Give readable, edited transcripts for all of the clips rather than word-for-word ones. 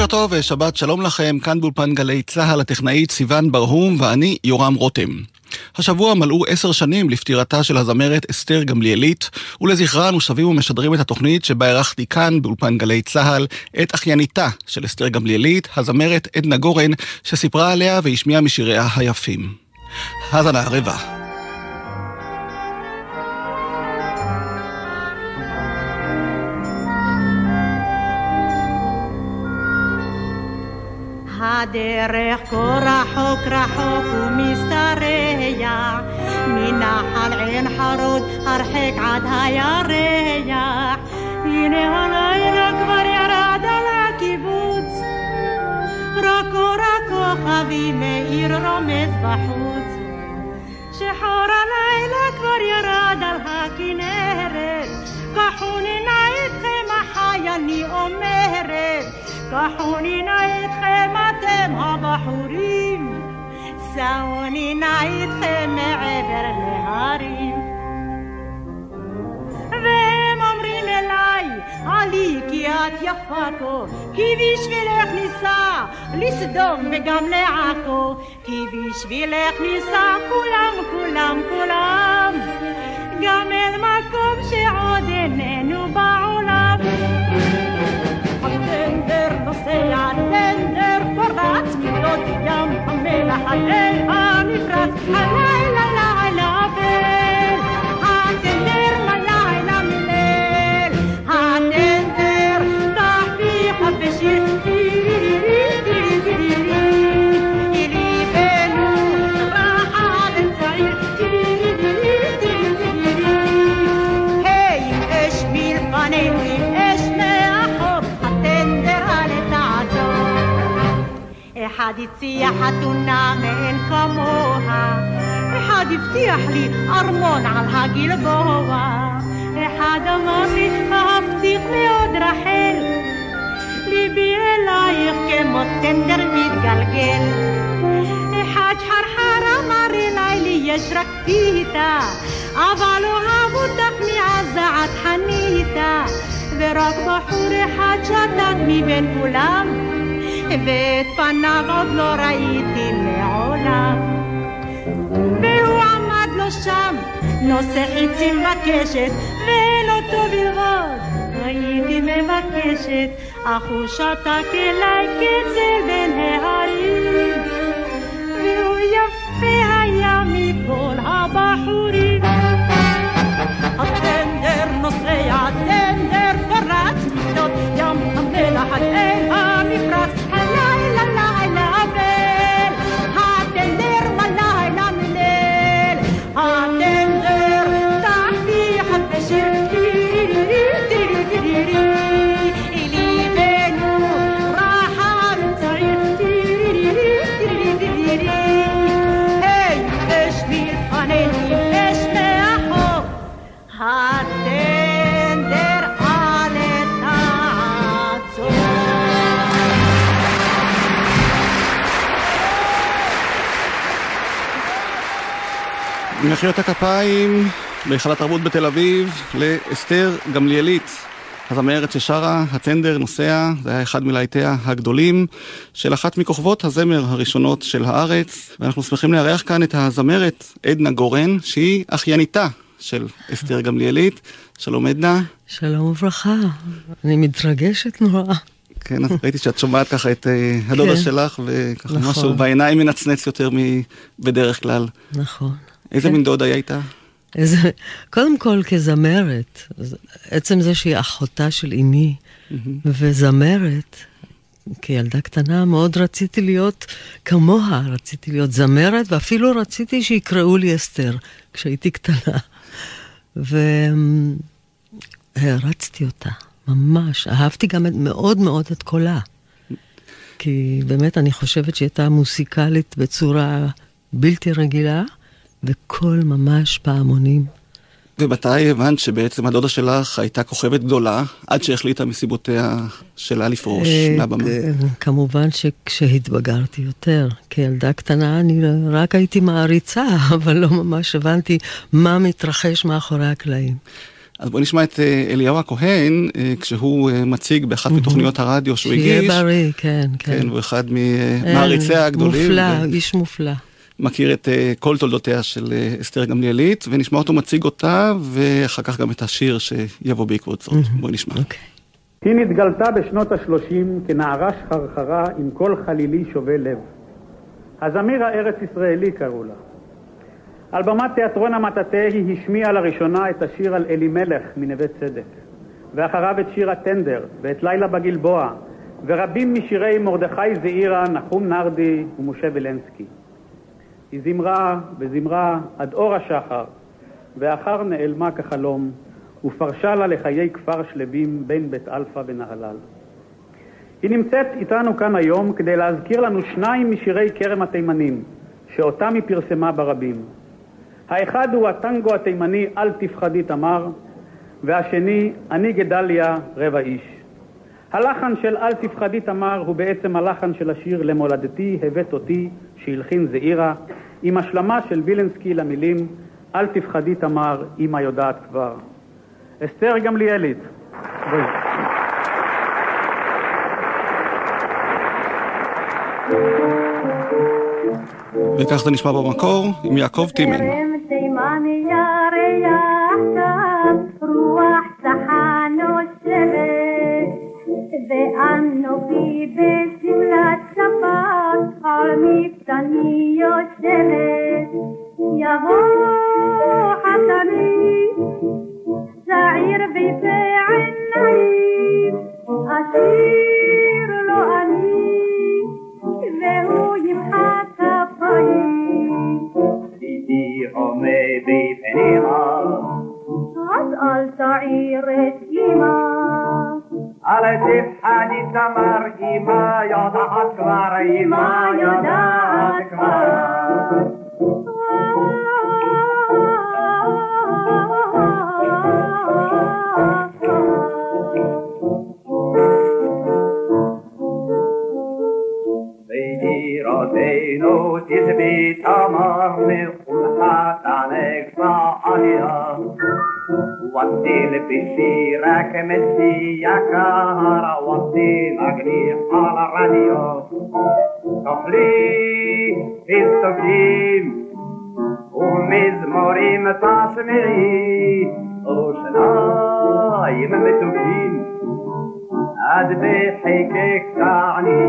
בוקר טוב ושבת שלום לכם, כאן באולפן גלי צהל, הטכנאית סיוון ברהום ואני יורם רותם. השבוע מלאו 10 שנים לפטירתה של הזמרת אסתר גמליאלית, ולזכרה אנו שבים ומשדרים את התוכנית שבה ערכתי כאן באולפן גלי צהל את אחייניתה של אסתר גמליאלית, הזמרת עדנה גורן, שסיפרה עליה והשמיעה משיריה היפים. האזנה רבה. הדרך כה רחוק רחוק ומסתרח, מנחל עין חרוד הרחק עד הירח. הנה הלילה כבר ירד על הקיבוץ, רק כוכבי מאיר רומז בחוץ. שחור הלילה כבר ירד על הכנרת, קחוני נא איתכם אחי אני אומרת, קחוני נא איתכם אתם הבחורים, סעוני נא איתכם מעבר להרים. והם אומרים אליי, עלי כי את יפה כה, כי בשבילך ניסה לסדום וגם לעכו, כי בשבילך ניסה כולם, גם אל מקום שעוד איננו בעולם. הטנדר נוסע, טנדר פורץ מבעוד ים המלח עלי המפרץ, הלילה לילה בל, הטנדר מלילה מליל, הטנדר תחביך בשיר אחד הציע חתונה מאין כמוה, אחד הבטיח לי ארמון על הגלבוע, אחד אמר לי הבטיח מאוד רחל, ליבי אלייך כמו טנדר מתגלגל. אחד שחרחר אמר אליי לי יש רק פיתה, אבל אוהב אותך מעזה עד חניתה, ורק בחור אחד שתק מבין כולם, ואת פניו עוד לא ראיתי מעולם. והוא עמד לו שם נושא חיצים בקשת, ואין אותו בלבוד הייתי מבקשת, אך הוא שתק אליי כצל בין ההרים, והוא יפה היה מכל הבחורים. הטנדר נוסע, הטנדר פרץ מבעוד ים המלח עד אל המפרץ, הלילה לילה בל, הטנדר מלילה מליל, הטנדר תחביך בשיר ליבנו רחב צעיר, היי יש מלפנינו יש מאחור, הטנדר עלה תעצור. מחיאות הכפיים בהיכל התרבות בתל אביב לאסתר גמליאלית, הזמרת ששרה הטנדר נוסע. זה היה אחד מלהיטיה הגדולים של אחת מכוכבות הזמר הראשונות של הארץ, ואנחנו שמחים לארח כאן את הזמרת עדנה גורן, שהיא אחייניתה של אסתר גמליאלית. שלום עדנה. שלום וברכה, אני מתרגשת נורא. כן, ראיתי שאת שומעת ככה את הדודה שלך, וככה משהו בעיניים מנצנץ יותר מבדרך כלל. נכון. איזה מין דודה הייתה? קודם כל כזמרת, עצם זה שהיא אחותה של אמי וזמרת, כילדה קטנה מאוד רציתי להיות כמוה, רציתי להיות זמרת, ואפילו רציתי שיקראו לי אסתר כשהייתי קטנה, והרצתי אותה ממש, אהבתי גם מאוד מאוד את קולה, כי באמת אני חושבת שהיא הייתה מוסיקלית בצורה בלתי רגילה, וכל ממש פעמונים. ומתי הבנת שבעצם הדודה שלך הייתה כוכבת גדולה, עד שהחליטה מסיבותיה שלה לפרוש מהבמה? כמובן שכשהתבגרתי יותר, כילדה קטנה אני רק הייתי מעריצה, אבל לא ממש הבנתי מה מתרחש מאחורי הקלעים. אז בואו נשמע את אליהו הכהן, כשהוא מציג באחת מתוכניות הרדיו שהוא הגיש. שיהיה בריא, כן, כן. כן, הוא אחד ממעריציה הגדולים. מופלא, איש מופלא. מכיר את כל תולדותיה של אסתר גמליאלית, ונשמע אותו מציג אותה, ואחר כך גם את השיר שיבוא בעקבות זאת. בואי נשמע. היא נתגלתה בשנות ה-30 כנערה שחרחרה עם קול חלילי שובה לב. הזמיר הארץ ישראלי קראו לה. על במת תיאטרון המטאטה היא השמיעה לראשונה את השיר על אלימלך מנווה צדק, ואחריו את שיר הטנדר ואת לילה בגלבוע, ורבים משירי מרדכי זעירה, נחום נרדי ומשה וילנסקי. היא זמרה וזמרה עד אור השחר, ואחר נעלמה כחלום, ופרשה לה לחיי כפר שלבים בין בית אלפא ונהלל. היא נמצאת איתנו כאן היום כדי להזכיר לנו שניים משירי כרם התימנים, שאותם היא פרסמה ברבים. האחד הוא הטנגו התימני אל תפחדי תמר, והשני אני גדליה רבע איש. הלחן של אל תפחדי תמר הוא בעצם הלחן של השיר למולדתי הבאת אותי שהלחין זעירה, עם השלמה של וילנסקי למילים אל תפחדי תמר אמא יודעת כבר. אסתר גמליאלית. בואי. וכך זה נשמע במקור עם יעקב טימן. ואנוכי בשמלת שבת על מפתני יושבת, יבוא חתני צעיר ויפה עיניים, אשיר לו אני והוא ימחא כפיים. צידי עומד בפנימה אז אל תעיר את אמא, אל תפחדי תמר אמא יודעת כבר, אמא יודעת כבר. בעירותינו תשבי תמר מחולחת הנגפה עליה, وطيل بشيرك مسي يا كهرة وطيل أقنيح على الراديو تخلي في السكين ومزمورين تسمعي وشنايم متوكين عاد بحكيك تعني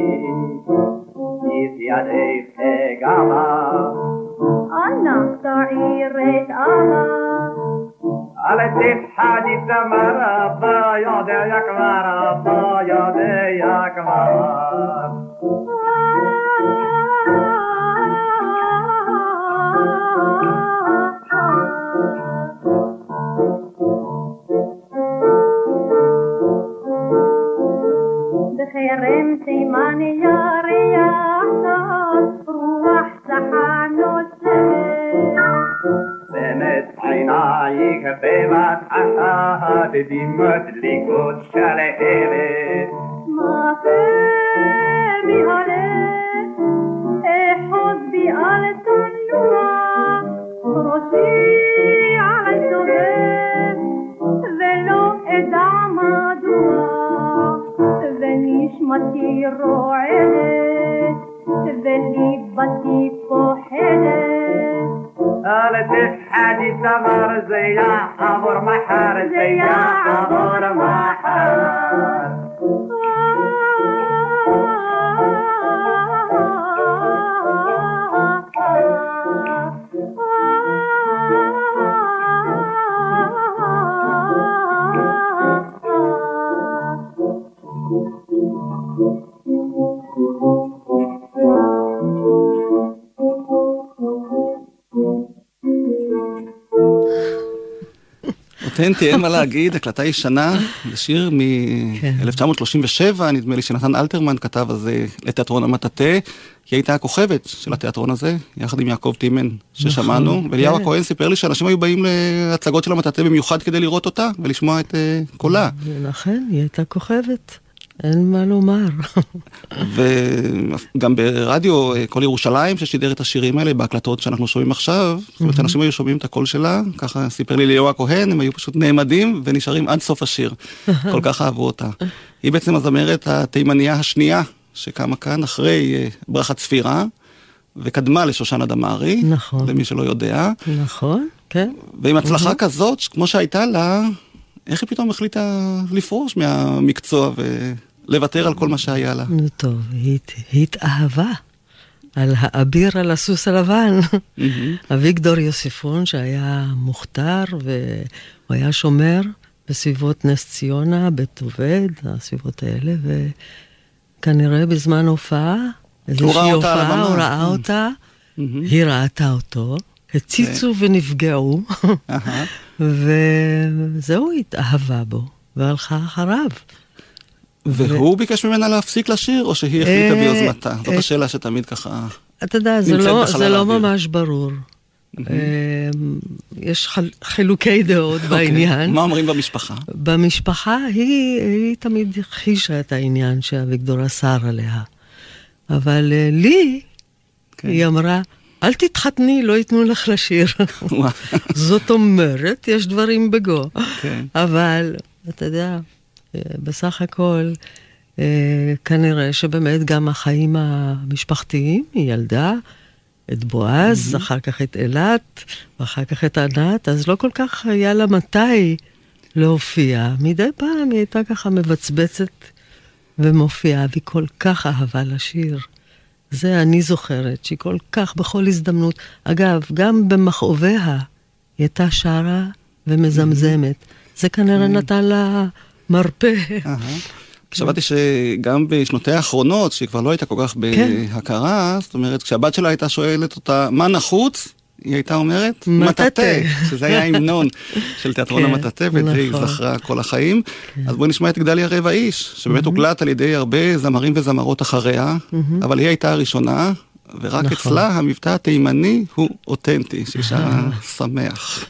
يديك تقاما أنا صعيرة أما ألا تفحدي تمر الضياض يا كبار الضياض يا كبار. بخيرم سيماني يا رياض روح سحانوس بمت عينايك بمت أحد دمت لكوت شلقلت ما فهمي هلت احض بألت النوع رشي على الشباب ולא אדע מדוע ונשמתי רועדת וליבתי פוחדת. אל תפחדי תמר זה יעבור מחר, זה יעבור מחר. אותנטי, אין מה להגיד, הקלטה ישנה, זה שיר מ-1937, נדמה לי שנתן אלתרמן כתב אז לתיאטרון המטאטה, היא הייתה הכוכבת של התיאטרון הזה, יחד עם יעקב טימן ששמענו, ואליהו הכהן סיפר לי שאנשים היו באים להצגות של המטאטה במיוחד כדי לראות אותה ולשמוע את קולה. לכן, היא הייתה כוכבת. אין מה לומר. וגם ברדיו כל ירושלים ששידר את השירים האלה בהקלטות שאנחנו שומעים עכשיו, זאת אומרת, אנשים היו שומעים את הקול שלה, ככה סיפר לי ליאור הכהן, הם היו פשוט נעמדים ונשארים עד סוף השיר. כל כך אהבו אותה. היא בעצם הזמרת התימניה השנייה שקמה כאן אחרי ברכה צפירה, וקדמה לשושנה דמארי, נכון. למי שלא יודע. נכון, כן. ועם הצלחה כזאת, כמו שהייתה לה, איך היא פתאום החליטה לפרוש מהמקצוע ולוותר על כל מה שהיה לה? נו טוב, היא התאהבה על האביר על הסוס הלבן. אביגדור יוסיפון שהיה מוכתר והוא היה שומר בסביבות נס ציונה, בית עובד, הסביבות האלה, וכנראה בזמן הופעה, איזושהי הופעה, הוא ראה אותה, היא ראתה אותו, הציצו ונפגעו, וזהו, התאהבה בו, והלכה אחריו. והוא ביקש ממנה להפסיק לשיר, או שהיא החליטה ביוזמתה? זאת השאלה שתמיד ככה אתה יודע, זה לא ממש ברור. יש חילוקי דעות בעניין. מה אומרים במשפחה? במשפחה היא תמיד חישה את העניין שאביגדור אסר עליה. אבל לי, היא אמרה, אל תתחתני, לא ייתנו לך לשיר. זאת אומרת, יש דברים בגו. אבל, אתה יודע, בסך הכל, כנראה שבאמת גם החיים המשפחתיים, היא ילדה את בועז, אחר כך את אלת, ואחר כך את ענת, אז לא כל כך היה לה מתי להופיע. מדי פעם היא הייתה ככה מבצבצת ומופיעה, והיא כל כך אהבה לשיר. זה אני זוכרת, שהיא כל כך בכל הזדמנות. אגב, גם במכאוביה היא הייתה שרה ומזמזמת. זה כנראה נתן לה מרפא. שמעתי שגם בשנותיה האחרונות, שהיא כבר לא הייתה כל כך בהכרה, זאת אומרת, כשהבת שלה הייתה שואלת אותה, מה נחוץ? היא הייתה אומרת, מטאטה, שזה היה המנון של תיאטרון המטאטה, ואת זה היא זכרה כל החיים. אז בואי נשמע את גדליה רבע איש, שבאמת הוקלט על ידי הרבה זמרים וזמרות אחריה, אבל היא הייתה הראשונה, ורק אצלה המבטא התימני הוא אותנטי, ששרה שמח.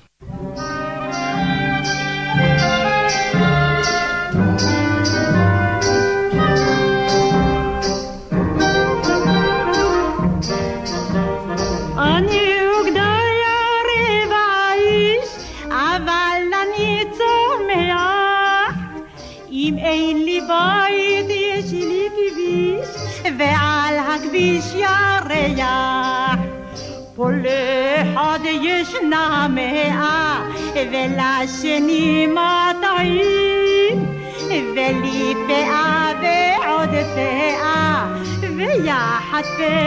אם אין לי בית יש לי כביש ועל הכביש ירח פה לאחד ישנה 100 ולשני 200 ולי פאה ועוד פאה ויחד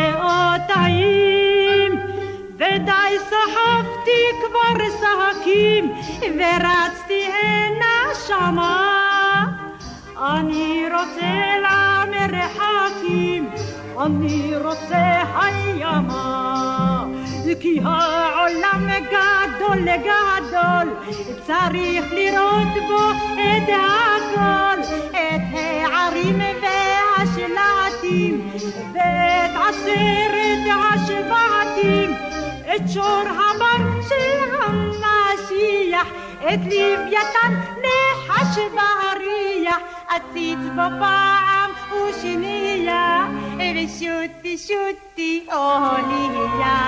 פאותיים ודי סחבתי כבר שקים ורצתי הנה שמה אני רוצה למרחקים, אני רוצה הימה כי העולם גדול גדול צריך לראות בו את הכל את הערים והשלטים ואת 10 השבטים את שור הבר של המשיח את לוויתן נחש בהריח עציץ בפעם ושנייה ושוטי שוטי אונייה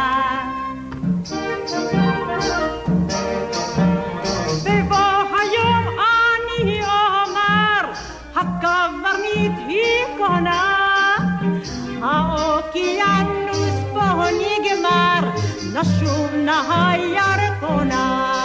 ובוא היום אני אומר הקברניט היא קונה האוקיינוס פה נגמר נשוב הירקונה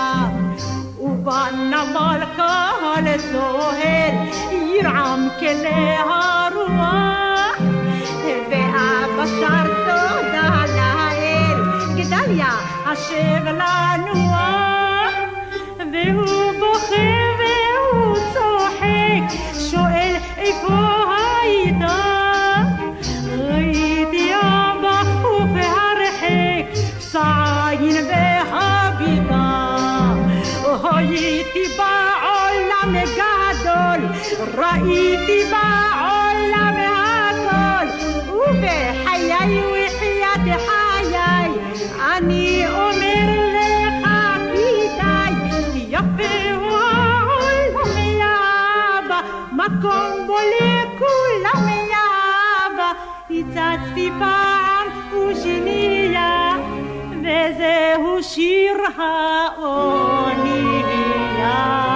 ובנמל קהל זוהר ירעם כלי הרוח ואבא שר תודה לאל גדליה השב לנוח והוא בוכה והוא צוחק שואל איפה היית ראיתי אבא ובהרחק סעין והביטה הייתי בעולם גדול, ראיתי בעולם הכל, ובחיי וחיית חיי, אני אומר לך כדאי, יפה הוא העולם יאבא, מקום בו לכו הצצתי פעם ושנייה, וזהו שיר האונייה.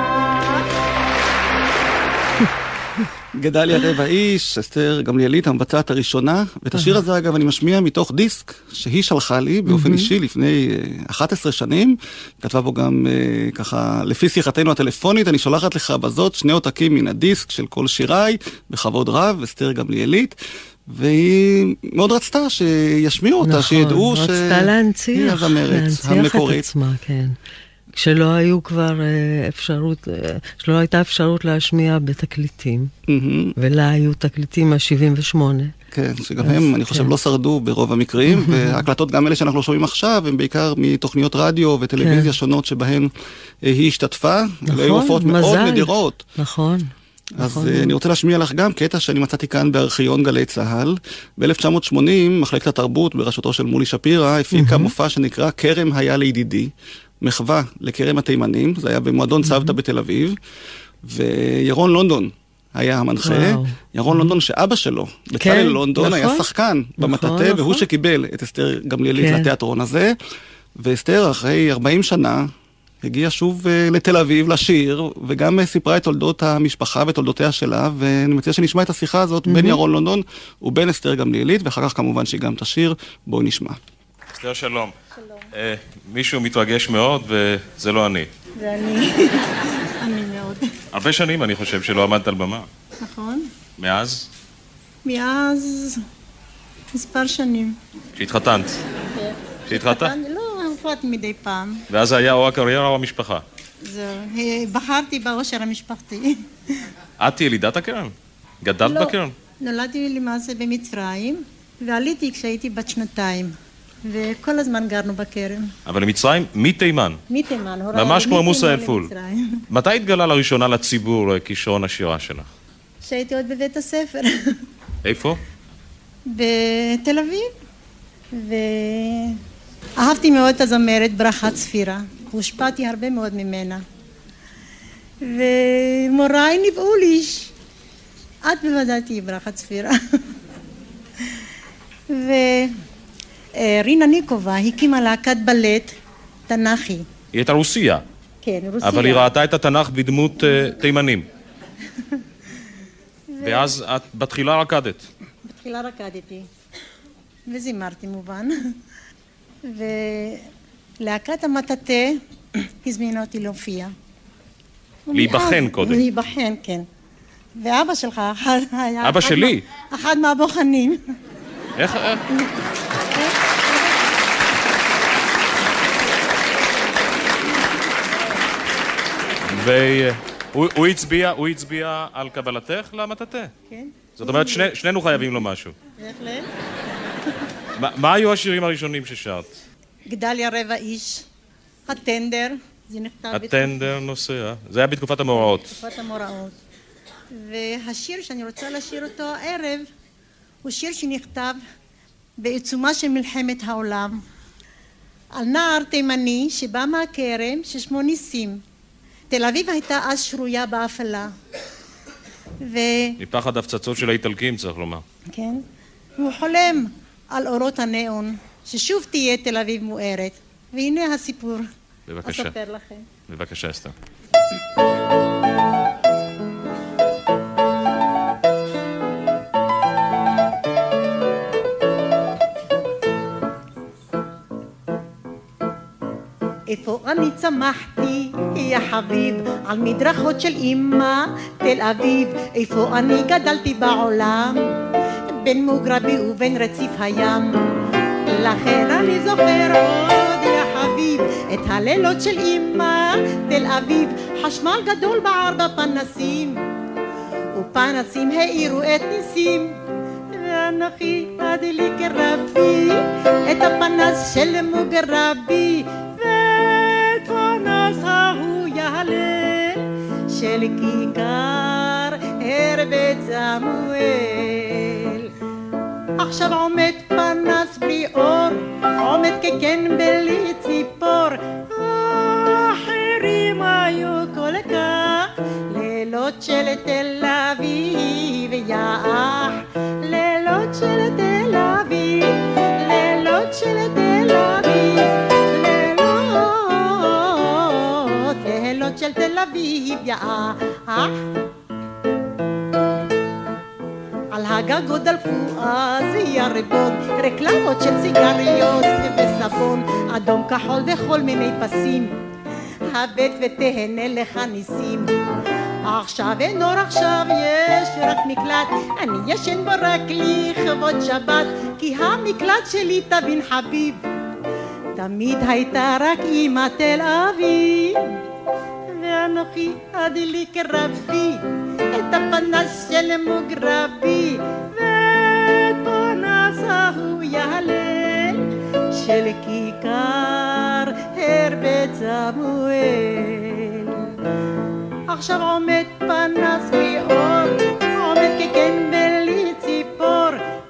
גדליה רבע איש, אסתר גמליאלית, המבצעת הראשונה, ואת השיר הזה אגב אני משמיע מתוך דיסק שהיא שלחה לי באופן אישי לפני 11 שנים, כתבה בו גם ככה, לפי שיחתנו הטלפונית, אני שולחת לך בזאת 2 עותקים מן הדיסק של כל שיריי, בכבוד רב, אסתר גמליאלית, והיא מאוד רצתה שישמיעו אותה, שידעו רצתה להנציח, להנציח את עצמה, כן. כשלא היו כבר אפשרות, שלא הייתה אפשרות להשמיע בתקליטים, ולה היו תקליטים ה-78. כן, שגם הם, אני חושב, לא שרדו ברוב המקרים, וההקלטות גם אלה שאנחנו שומעים עכשיו, הם בעיקר מתוכניות רדיו וטלוויזיה שונות שבהן היא השתתפה, והיו הופעות מאוד נדירות. נכון. אז אני רוצה להשמיע לך גם קטע שאני מצאתי כאן בארכיון גלי צהל. ב-1980, מחלקת התרבות בראשותו של מולי שפירא, הפיקה מופע שנקרא כרם היה לידידי, מחווה לכרם התימנים, זה היה במועדון צוותא בתל אביב, וירון לונדון היה המנחה, ירון לונדון שאבא שלו, בצלאל לונדון, היה שחקן במטאטה, והוא שקיבל את אסתר גמליאלית לתיאטרון הזה, ואסתר אחרי 40 שנה, הגיעה שוב לתל אביב לשיר, וגם סיפרה את תולדות המשפחה ותולדותיה שלה, ואני מציע שנשמע את השיחה הזאת בין ירון לונדון ובין אסתר גמליאלית, ואחר כך כמובן שהיא גם תשיר, בואו נשמע. אסתר שלום. מישהו מתרגש מאוד, וזה לא אני. זה אני. אני מאוד. הרבה שנים אני חושב שלא עמדת על במה. נכון. מאז? מאז מספר שנים. שהתחתנת. שהתחתנת? לא, הופעתי מדי פעם. ואז זה היה או הקריירה או המשפחה. זהו, בחרתי באושר המשפחתי. את ילידת הכרם? גדלת בכרם? נולדתי למעשה במצרים, ועליתי כשהייתי בת 2, וכל הזמן גרנו בכרם. אבל למצרים מתימן? מתימן. ממש כמו מוסא אל-פול. מתי התגלה לראשונה לציבור כישרון השירה שלך? כשהייתי עוד בבית הספר. איפה? בתל אביב. ואהבתי מאוד את הזמרת ברכה צפירה. הושפעתי הרבה מאוד ממנה. ומוריי ניבאו לי, את בוודאי תהיי ברכה צפירה. ורינה ניקובה הקימה להקת בלט תנ"כי. היא הייתה רוסיה. כן, רוסיה. אבל היא ראתה את התנ"ך בדמות תימנים. ואז את בתחילה רקדת. בתחילה רקדתי. וזימרתי מובן. ולהקת המטאטה הזמינה אותי להופיע. להיבחן קודם. להיבחן, כן. ואבא שלך היה... אבא שלי? אחד מהבוחנים. איך? והוא הצביע על קבלתך למטאטה? כן. זאת אומרת, שנינו חייבים לו משהו. בהחלט. מה היו השירים הראשונים ששרת? גדליה רבע איש, הטנדר, זה נכתב... הטנדר נוסע. זה היה בתקופת המאורעות. בתקופת המאורעות. והשיר שאני רוצה לשיר אותו הערב, הוא שיר שנכתב בעיצומה של מלחמת העולם, על נער תימני שבא מהכרם ששמו ניסים. תל אביב הייתה אז שרויה באפלה. מפחד הפצצות של האיטלקים, צריך לומר. כן. הוא חולם על אורות הניאון, ששוב תהיה תל אביב מוארת. והנה הסיפור. בבקשה. אספר לכם. בבקשה, אסתר. איפה אני צמחתי, יא חביב, על מדרכות של אמא, תל אביב. איפה אני גדלתי בעולם, בין מוגרבי ובין רציף הים. לכן אני זוכר עוד, יא חביב, את הלילות של אמא, תל אביב. חשמל גדול בער בפנסים, ופנסים האירו את ניסים. ואנוכי הדליק רבי, את הפנס של מוגרבי. ופנס ההוא יעלה, של כיכר הרבית סמואל. עכשיו עומד פנס בלי אור, עומד כקן בלי ציפור. אחרים היו כל כך לילות של תל אביב, יאח, לילות של אביב יאה. על הגגות דלפו אז ירקות, רקלמות של סיגריות וסבון, אדום כחול וכל מיני פסים, הבט ותהנה לך ניסים. עכשיו אין אור, עכשיו יש רק מקלט, אני ישן בו רק לכבוד שבת, כי המקלט שלי תבין חביב, תמיד הייתה רק אמא תל אביב. ואנוכי הדליק רבי את הפנס של מוגרבי, ואת פנס ההוא יעלה של כיכר הרבית סמואל. עכשיו עומד פנס בלי אור, עומד כקן בלי ציפור,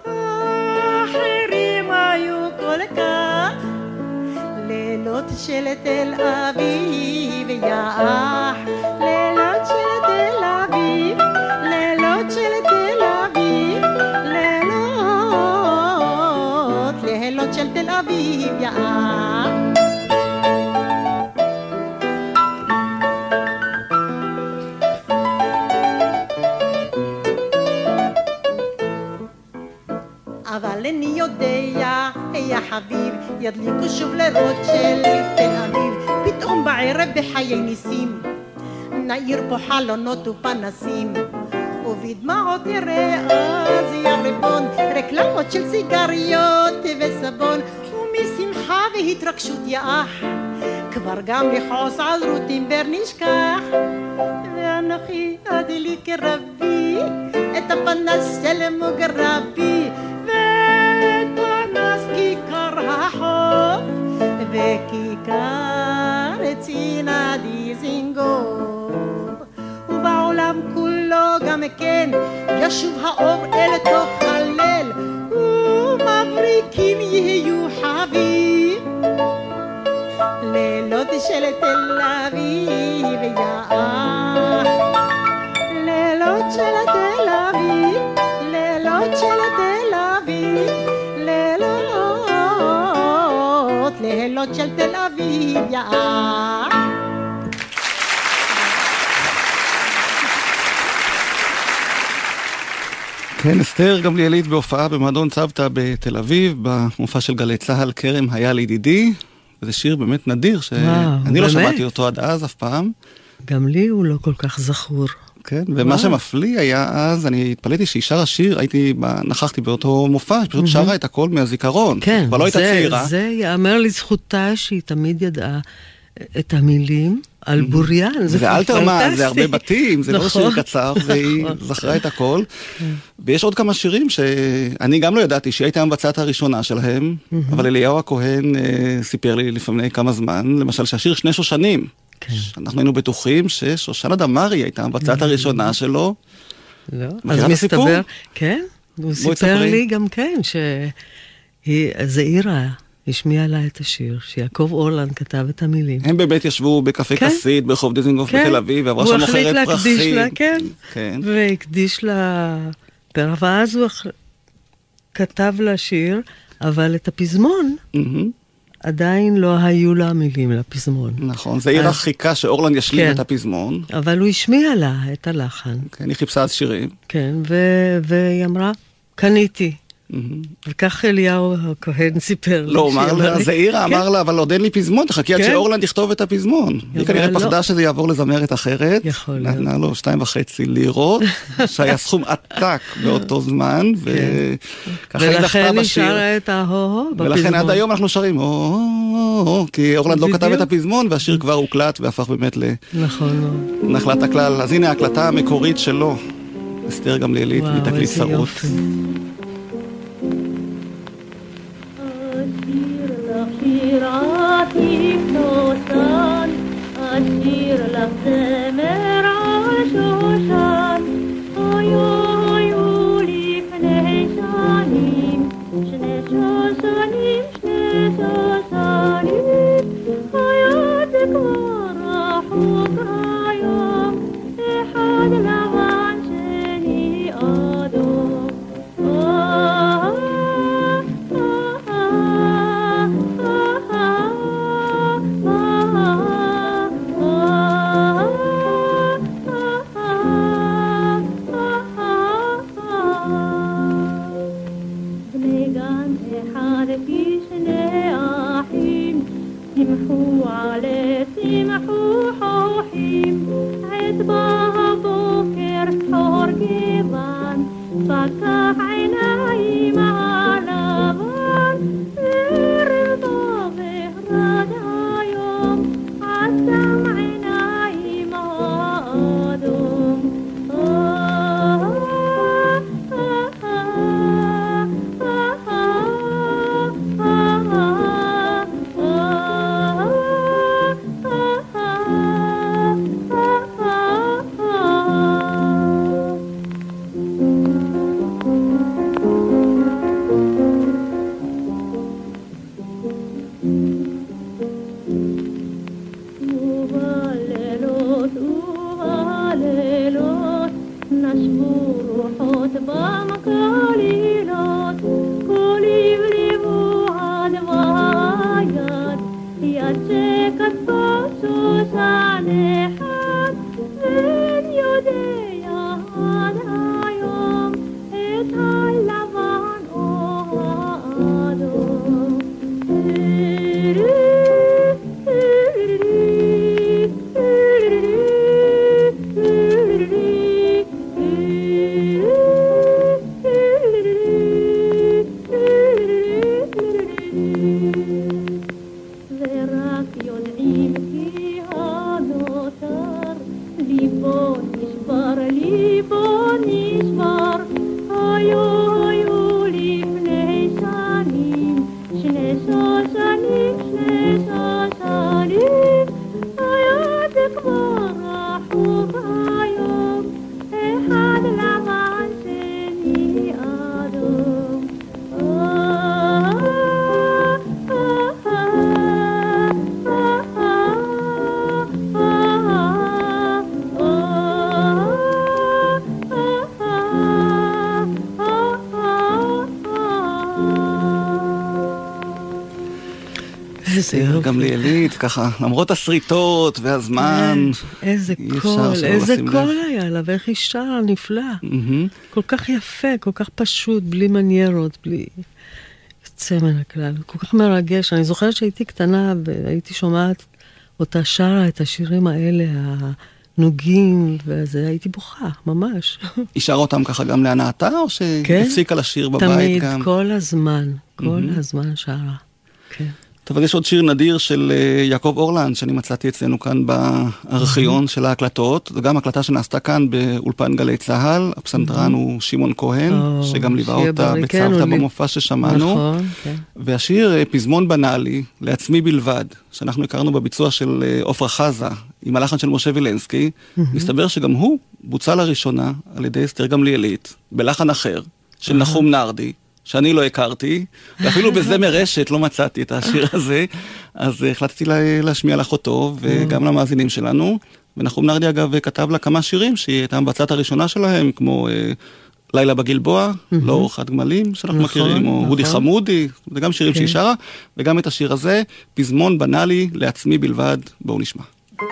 אחרים היו כל כך לילות של תל אביב יאה, לילות של תל אביב, לילות של תל אביב, לילות של תל אביב יאה. אבל אני יודע, יא חביב, ידליקו שוב לרות של תל אביב, פתאום בערב בחיי ניסים, נעיר פה חלונות ופנסים, ובדמעות יראה אז ירבון, רקלמות של סיגריות וסבון, ומשמחה והתרגשות יאח, כבר גם לחוס על רוטינבר נשכח. ואנוכי אדליק רבי את הפנס של מוגרבי, פנס כיכר החוף וכיכר צינה דיזינגוף, ובעולם כולו גם כן ישוב האור אל תוך הליל, ומבריקים יהיו חביב לילות של תל אביב יאה, לילות של תל אביב, לילות של תל אביב, לילות של תל אביב יאה. כן, אסתר גמליאלית בהופעה במועדון צוותא בתל אביב, במופע של גלי צהל, כרם היה לידידי, וזה שיר באמת נדיר, שאני לא שמעתי אותו עד אז אף פעם. גם לי הוא לא כל כך זכור. כן, ומה שמפליא היה אז, אני התפלאתי שהיא שרה שיר, נכחתי באותו מופע, שפשוט שרה את הכל מהזיכרון. כן, כבר לא הייתה צעירה. זה יאמר לזכותה שהיא תמיד ידעה את המילים על בוריין. זה אלתרמן, זה הרבה בתים, זה לא שיר קצר, והיא זכרה את הכל. ויש עוד כמה שירים שאני גם לא ידעתי שהיא הייתה המבצעת הראשונה שלהם, אבל אליהו הכהן סיפר לי לפני כמה זמן, למשל שהשיר שני שושנים, אנחנו היינו בטוחים ששושנה דמארי הייתה המבצעת הראשונה שלו. לא, אז מסתבר, כן, הוא סיפר לי גם כן, שזעירה השמיעה לה את השיר, שיעקב אורלנד כתב את המילים. הם באמת ישבו בקפה כסית, ברחוב דיזינגוף בתל אביב, ועברה שם מוכרת פרחים. הוא החליט להקדיש לה, כן, והקדיש לה פרח, ואז הוא כתב לה שיר, אבל את הפזמון, עדיין לא היו לה מילים לפזמון. נכון, זה עיר חיכה שאורלנד ישלים את הפזמון. אבל הוא השמיע לה את הלחן. כן, היא חיפשה אז שירים. כן, והיא אמרה, קניתי. וכך אליהו הכהן סיפר לי. לא, זעירה אמר לה, אבל עוד אין לי פזמון, תחכי עד שאורלנד יכתוב את הפזמון. היא כנראה פחדה שזה יעבור לזמרת אחרת. יכול להיות. נתנה לו 2.5 לירות, שהיה סכום עתק באותו זמן, וככה היא זכתה בשיר. ולכן נשאר את ההוא בפזמון. ולכן עד היום אנחנו שרים, כי אורלנד לא כתב את הפזמון, והשיר כבר הוקלט והפך באמת לנחלת הכלל. אז הנה ההקלטה המקורית שלו, אסתר גמליאלית, מתקליט שרות. שיר עתיק נוסן, אשיר לך זמר על שושן, היו לפני שנים, שני שושנים, היה זה כבר רחוק היום, אחד לבן שני אדום. אחד כשני אחים, שמחו עלי שמחו חורכים, עת בא הבוקר חור גוון, פקח עיניים הלבן, ערב בא ורד היום, עצם עיניים האדום. אסתר גמליאלית, ככה, למרות הסריטות והזמן. איזה קול, איזה קול היה לה, ואיך היא שרה, נפלא. כל כך יפה, כל כך פשוט, בלי מניירות, בלי יוצא מן הכלל. כל כך מרגש. אני זוכרת שהייתי קטנה והייתי שומעת אותה שרה את השירים האלה, הנוגים, וזה הייתי בוכה, ממש. היא שרה אותם ככה גם להנאתה, או שהפסיקה לשיר בבית גם? תמיד, כל הזמן, כל הזמן שרה. כן. אבל יש עוד שיר נדיר של יעקב אורלנד, שאני מצאתי אצלנו כאן בארכיון של ההקלטות. זו גם הקלטה שנעשתה כאן באולפן גלי צהל. הפסנתרן הוא שמעון כהן, שגם ליווה אותה בצוותא במופע ששמענו. נכון, כן. והשיר פזמון בנאלי, לעצמי בלבד, שאנחנו הכרנו בביצוע של עופרה חזה, עם הלחן של משה וילנסקי, מסתבר שגם הוא בוצע לראשונה על ידי אסתר גמליאלית, בלחן אחר, של נחום נרדי, שאני לא הכרתי, ואפילו בזמר רשת לא מצאתי את השיר הזה, אז החלטתי להשמיע לך אותו, וגם למאזינים שלנו. ונחום נרדי אגב כתב לה כמה שירים, שהיא הייתה בצעת הראשונה שלהם, כמו לילה בגלבוע, לא אורחת גמלים, שאנחנו מכירים, או הודי חמודי, זה גם שירים שהיא שרה, וגם את השיר הזה, פזמון בנאלי, לעצמי בלבד, בואו נשמע.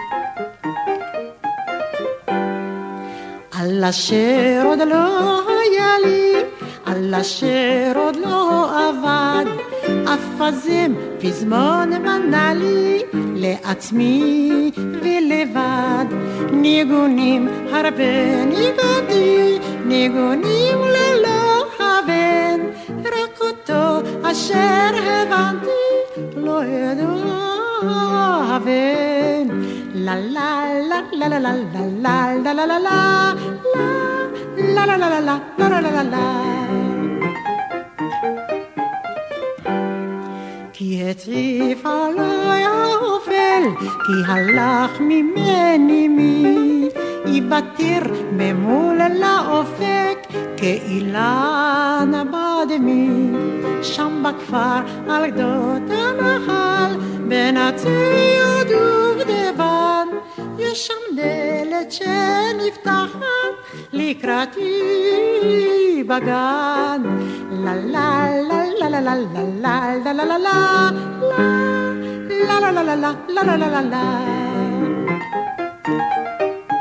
על אשר עוד לא היה לי, על אשר עוד לא עבד, אפזם פזמון בנאלי, לעצמי ולבד. ניגונים הרבה ניגעתי, ניגונים ללא הבן, רק אותו אשר הבנתי לא ידוע הבן. לה לה לה לה לה לה לה לה לה לה לה לה לה לה לה לה לה לה. כי הציף עלי האופל, כי הלך ממני מי, איבטיר ממול לאופק, כאילן בדמי. שם בכפר על גדות הנחל, בין הציוד ודבן, יש שם דלת שנפתחת לקראתי בגן. לה לה לה לה לה לה לה לה לה לה לה לה לה לה לה לה לה לה לה.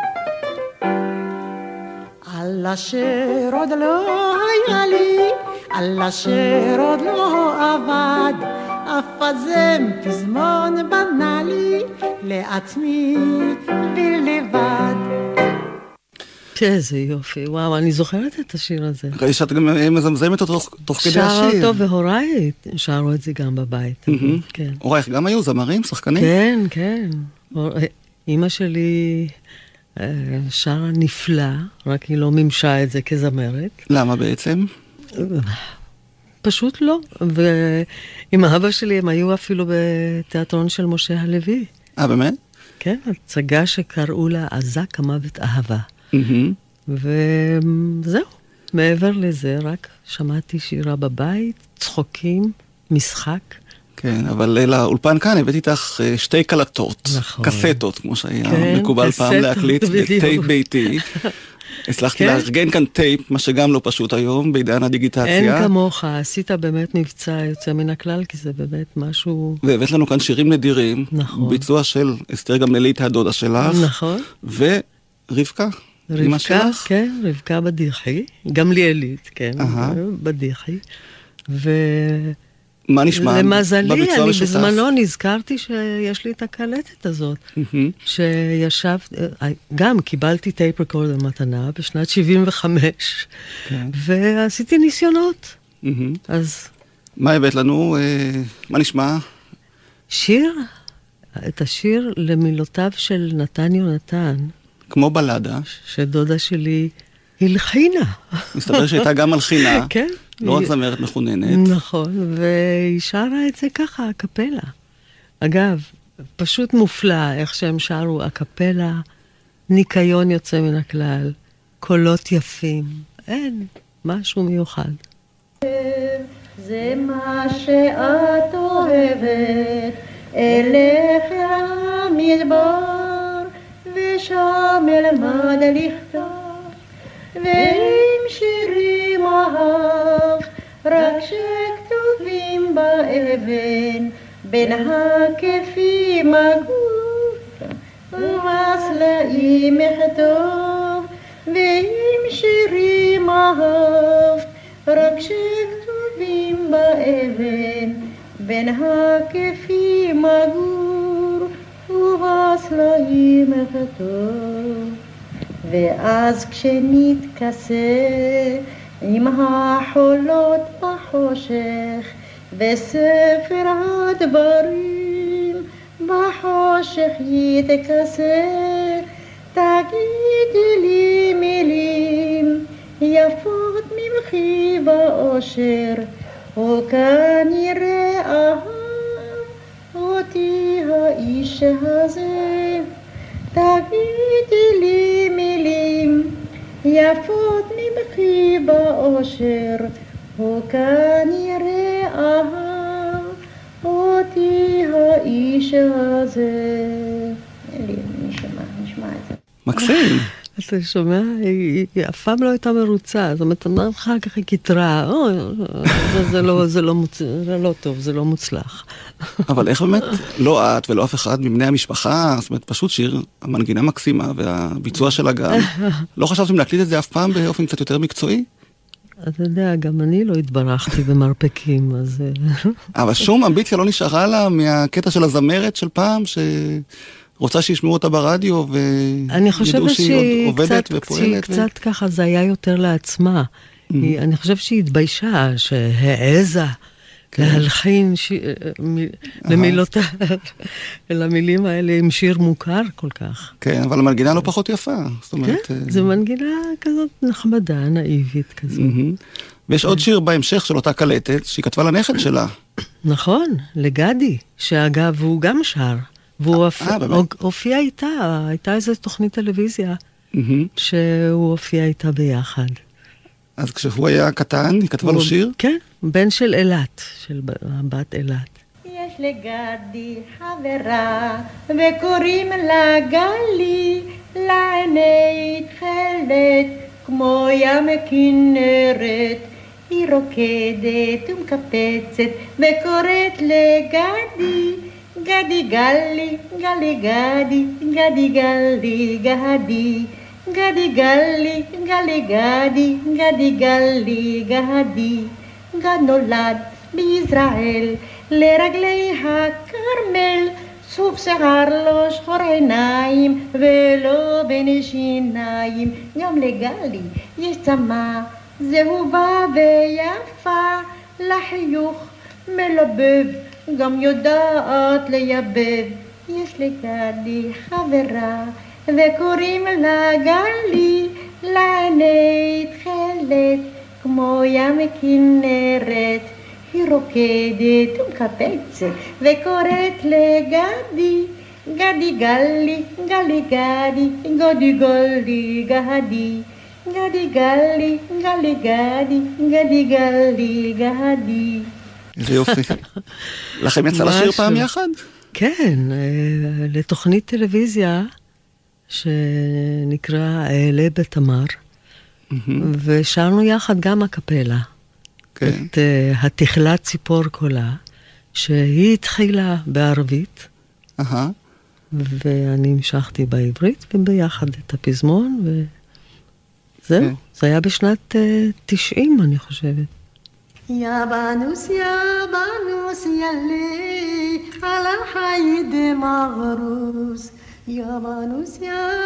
על אשר עוד לא היה לי, על אשר עוד לא עבד, אפזם פזמון בנאלי לעצמי בלבד. איזה יופי, וואו, אני זוכרת את השיר הזה. ראי שאת גם מזמזמת אותו תוך כדי השיר. שרה אותו והוריי שרו את זה גם בבית. כן. הורייך גם היו זמרים, שחקנים? כן, כן. אמא שלי שרה נפלא, רק היא לא מימשה את זה כזמרת. למה בעצם? פשוט לא. ועם האבא שלי הם היו אפילו בתיאטרון של משה הלוי. באמת? כן, הצגה שקראו לה עזק המוות אהבה. וזהו, מעבר לזה רק שמעתי שירה בבית, צחוקים, משחק. כן, אבל לאולפן כאן הבאתי איתך שתי קלטות, נכון. קסטות, כמו שהיה כן, מקובל פעם קסטות, להקליט בטייפ ביתי. הצלחתי כן. לארגן כאן טייפ, מה שגם לא פשוט היום, בעידן הדיגיטציה. אין כמוך, עשית באמת מבצע יוצא מן הכלל, כי זה באמת משהו... והבאת לנו כאן שירים נדירים, נכון. ביצוע של אסתר גמליאלית הדודה שלך, נכון. ורבקה, אמא שלך. כן, רבקה בדיחי, גמליאלית, כן, בדיחי. מה נשמע למזלי, בביצוע אני משותף? בזמנו נזכרתי שיש לי את הקלטת הזאת, שישב, גם קיבלתי טייפ רקורדר מתנה בשנת 75, כן. ועשיתי ניסיונות. אז מה הבאת לנו? מה נשמע? שיר, את השיר למילותיו של נתן יונתן, כמו בלדה. שדודה שלי הלחינה. מסתבר שהייתה גם מלחינה. כן. לא רק זמרת מחוננת. נכון, והיא שרה את זה ככה, הקפלה. אגב, פשוט מופלא איך שהם שרו הקפלה, ניקיון יוצא מן הכלל, קולות יפים, אין משהו מיוחד. זה מה שאת אוהבת, אלך למדבר, ושם אלמד לכתוב, ועם שירים אהב, רק שכתובים באבן, בין הכפים הגוף, ומסלעים אכתוב, ועם שירים אהב, רק שכתובים באבן, בין הכפים הגור, ובסלעים אכתוב. ואז כשנתכסה עם החולות בחושך, וספר הדברים בחושך יתכסה, תגידי לי מילים יפות ממחי באושר, וכנראה אהב אותי האיש הזה. תגידי לי מילים יפות ממחי באושר, וכנראה אהב אותי האיש הזה. נשמע את זה. מקסים. אתה שומע? היא אף פעם לא הייתה מרוצה, זאת אומרת, אחר כך היא כתרה, זה לא טוב, זה לא מוצלח. אבל איך באמת, לא את ולא אף אחד מבני המשפחה, זאת אומרת, פשוט שיר, המנגינה מקסימה, והביצוע שלה גם. לא חשבתם להקליט את זה אף פעם באופן קצת יותר מקצועי? אתה יודע, גם אני לא התברכתי במרפקים, אז... אבל שום אמביציה לא נשארה לה מהקטע של הזמרת של פעם, רוצה שישמעו אותה ברדיו, וידעו שהיא עובדת ופועלת. אני חושבת שהיא קצת ככה, זה היה יותר לעצמה. אני חושבת שהיא התביישה, שהעזה להלחין למילותיו, למילים האלה עם שיר מוכר כל כך. כן, אבל המנגינה לא פחות יפה. כן, זו מנגינה כזאת נחמדה, נאיבית כזאת. ויש עוד שיר בהמשך של אותה קלטת, שהיא כתבה לנכד שלה. נכון, לגדי, שאגב הוא גם שר. והוא הופיע איתה, הייתה איזו תוכנית טלוויזיה שהוא הופיע איתה ביחד. אז כשהוא היה קטן, היא כתבה לו שיר? כן, בן של אלת, של בת אלת. יש לגדי חברה וקוראים לה גלי, לעיני תכלת כמו ים כנרת, היא רוקדת ומקפצת וקוראת לגדי, גדי גלי, גלי גדי, גדי גלי גדי, גדי גלי, גלי גדי, גדי גלי גדי, גד נולד בישראל לרגלי הכרמל, סוף שיער לו שחור עיניים ולא בין שיניים. גם לגלי יש צמא זהובה ויפה, לחיוך מלבב גם יודעת לייבב. יש לגלי חברה וקוראים לה גלי, לעיני תכלת כמו ים כנרת, היא רוקדת ומקפצת וקוראת לגדי, גדי גלי, גלי גדי, גדי גלי גדי, גדי גלי, גלי גדי, גדי גלי גדי. איזה יופי. לכם יצא לשיר פעם יחד? כן, לתוכנית טלוויזיה שנקרא אעלה בתמר, ושרנו יחד גם הקפלה. כן. את התכלת ציפור קולה, שהיא התחילה בערבית, ואני המשכתי בעברית, וביחד את הפזמון, וזהו. זה היה בשנת 90, אני חושבת. יא בנוס ילי על החייד מגרוס, יא בנוס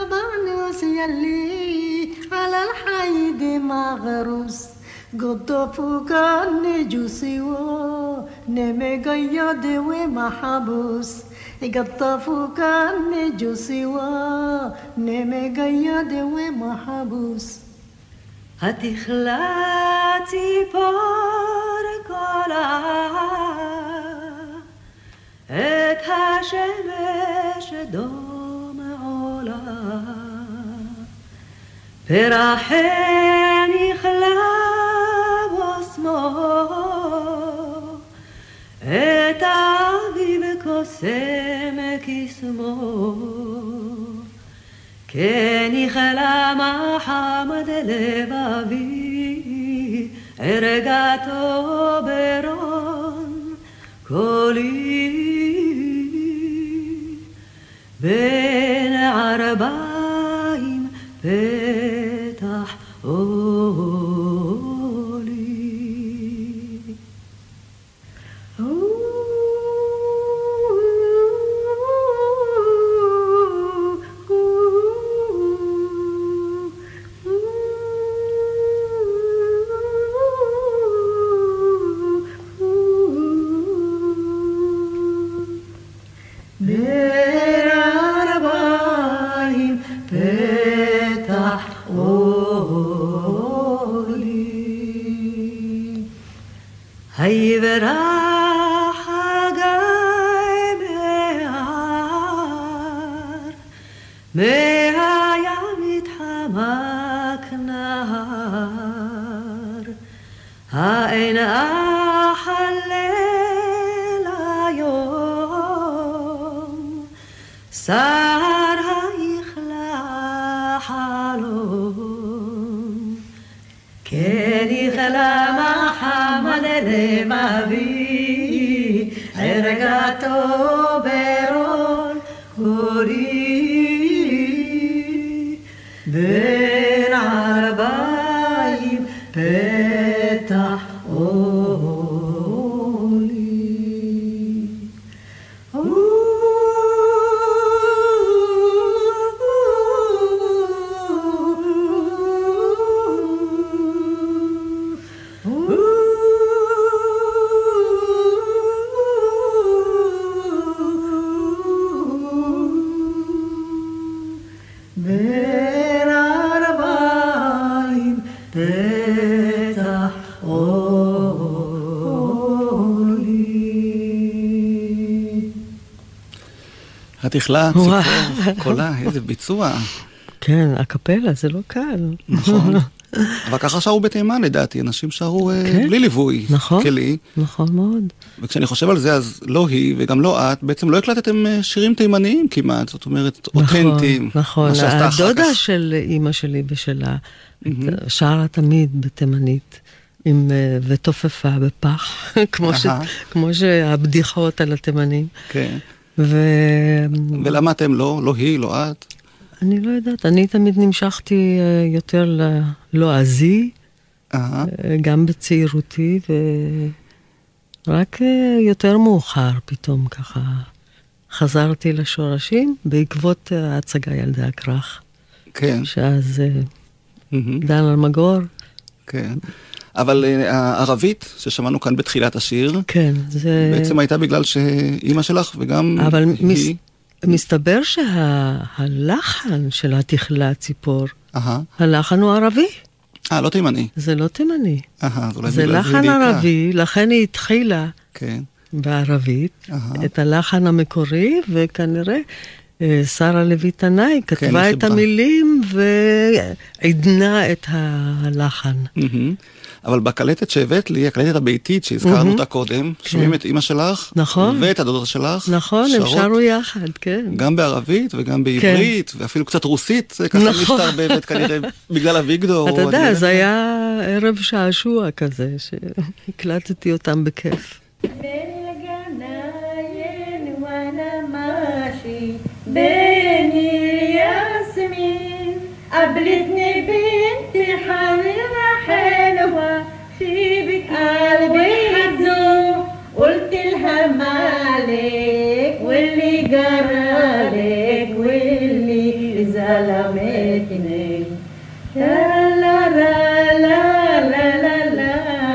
ילי על החייד מגרוס, גדפוקה נג'וסיו נמגייד ומחבוס, גדפוקה נג'וסיו נמגייד ומחבוס. התכלה ציפור קולה, את השמש דום עולה, פרחי נכלה בשמו, את האביב קוסם קסמו, כן יכלה מחמד לבבי, הרגתו ברון קולי, בין ערביים פתח אולי. היברח הגיא מהר, מהים מתחמק נהר, האין אחלל היום, סהר היכלה חלום, כן יכלה מחמד לבבי, הרגתו ברון קולי, בין ערביים פתח אולי. בין ערביים פתח אולי. התכלה, ציפור, קולה, איזה ביצוע. כן, הקפלה, זה לא קל. נכון. אבל ככה שרו בתימן, לדעתי, אנשים שרו בלי ליווי כלי. נכון מאוד. וכשאני חושב על זה, אז לא היא וגם לא את, בעצם לא הקלטתם שירים תימניים כמעט, זאת אומרת, אותנטיים. נכון, הדודה של אמא שלי ושלה, שרה תמיד בתימנית, ותופפה בפח, כמו שהבדיחות על התימנים. כן. ולמה אתם לא היא, לא את? אני לא יודעת, אני תמיד נמשכתי יותר ללועזי, גם בצעירותי, ורק יותר מאוחר פתאום ככה חזרתי לשורשים, בעקבות ההצגה ילדי הכרך. כן. שאז דן אלמגור. כן. אבל הערבית, ששמענו כאן בתחילת השיר, כן, זה... בעצם הייתה בגלל שאימא שלך וגם אבל היא... מסתבר שהלחן של התכלה ציפור, הלחן הוא ערבי. לא תימני. זה לא תימני. זה לחן ערבי, לכן היא התחילה כן. בערבית, את הלחן המקורי, וכנראה שרה לוי תנאי כתבה את המילים ועדנה את הלחן. אבל בקלטת שהבאת לי, הקלטת הביתית שהזכרנו אותה קודם, שומעים את אמא שלך, ואת הדודות שלך, נכון, הם שרו יחד, כן. גם בערבית וגם בעברית, ואפילו קצת רוסית, זה ככה משתרבבת כנראה בגלל אביגדור. אתה יודע, זה היה ערב שעשוע כזה, שהקלטתי אותם בכיף. قابلتني بنتي حبيبة حلوة في بيت قلبي حزون قلت لها مالك واللي جرالك واللي ظلمتني لا لا لا لا لا لا لا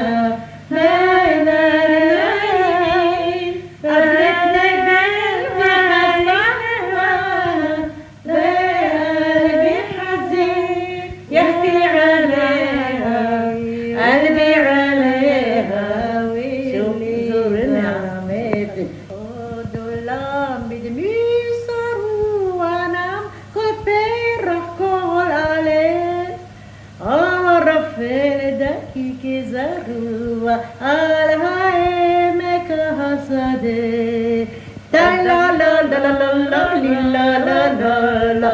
על העמק השדה לה לה לה לה לה לה לה לה לה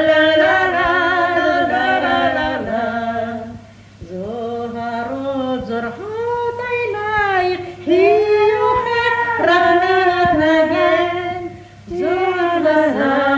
לה זוהרות זורחות עינייך חיוכך רענן נגן זוהרת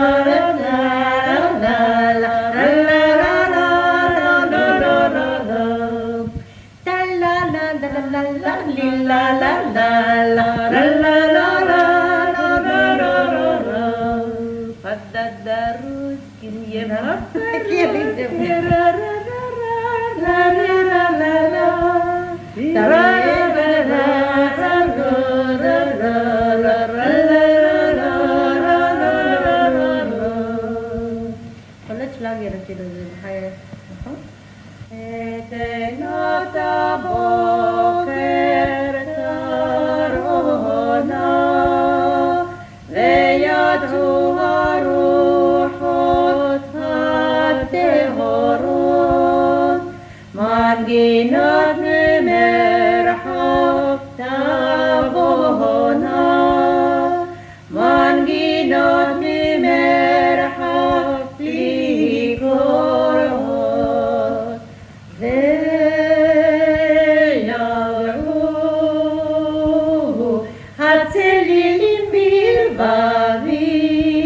מנגינות ממרחוק תבואנה מנגינות ממרחוק בלי קורות ויעברו הצלילים בלבבי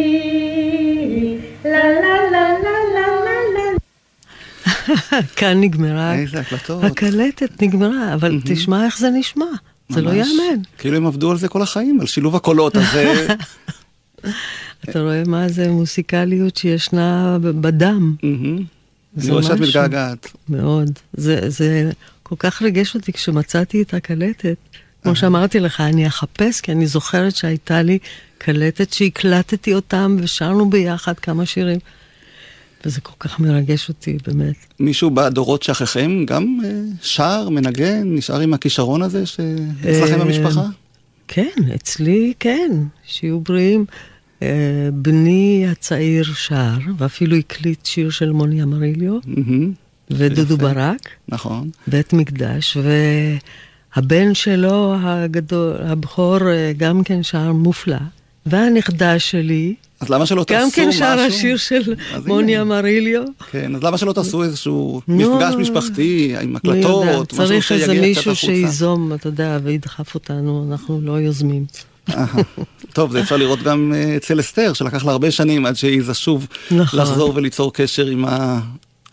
לה לה לה לה לה לה כאן נגמרה, איזה הקלטות. הקלטת נגמרה, אבל תשמע איך זה נשמע, זה לא יאמן. כאילו הם עבדו על זה כל החיים, על שילוב הקולות, אז זה... אתה רואה מה זה מוסיקליות שישנה בדם. אני רואה שאת מתגעגעת. מאוד. זה כל כך ריגש אותי כשמצאתי את הקלטת. כמו שאמרתי לך, אני אחפש, כי אני זוכרת שהייתה לי קלטת שהקלטתי אותם ושרנו ביחד כמה שירים. וזה כל כך מרגש אותי, באמת. מישהו בדורות שאחריכם גם שר, מנגן, נשאר עם הכישרון הזה שאצלכם במשפחה? כן, אצלי כן, שיהיו בריאים. בני הצעיר שר, ואפילו הקליט שיר של מוני אמריליו, ודודו ברק. נכון. בית מקדש, והבן שלו הגדול, הבכור, גם כן שר מופלא. והנכדה שלי, אז למה שלא תעשו משהו? גם כן שר השיר של מוני אמריליו. כן, אז למה שלא תעשו איזשהו מפגש משפחתי עם הקלטות? צריך איזה מישהו שיזום, אתה יודע, וידחף אותנו, אנחנו לא יוזמים. טוב, זה אפשר לראות גם אצל אסתר, שלקח לה הרבה שנים עד שהיא שוב לחזור וליצור קשר עם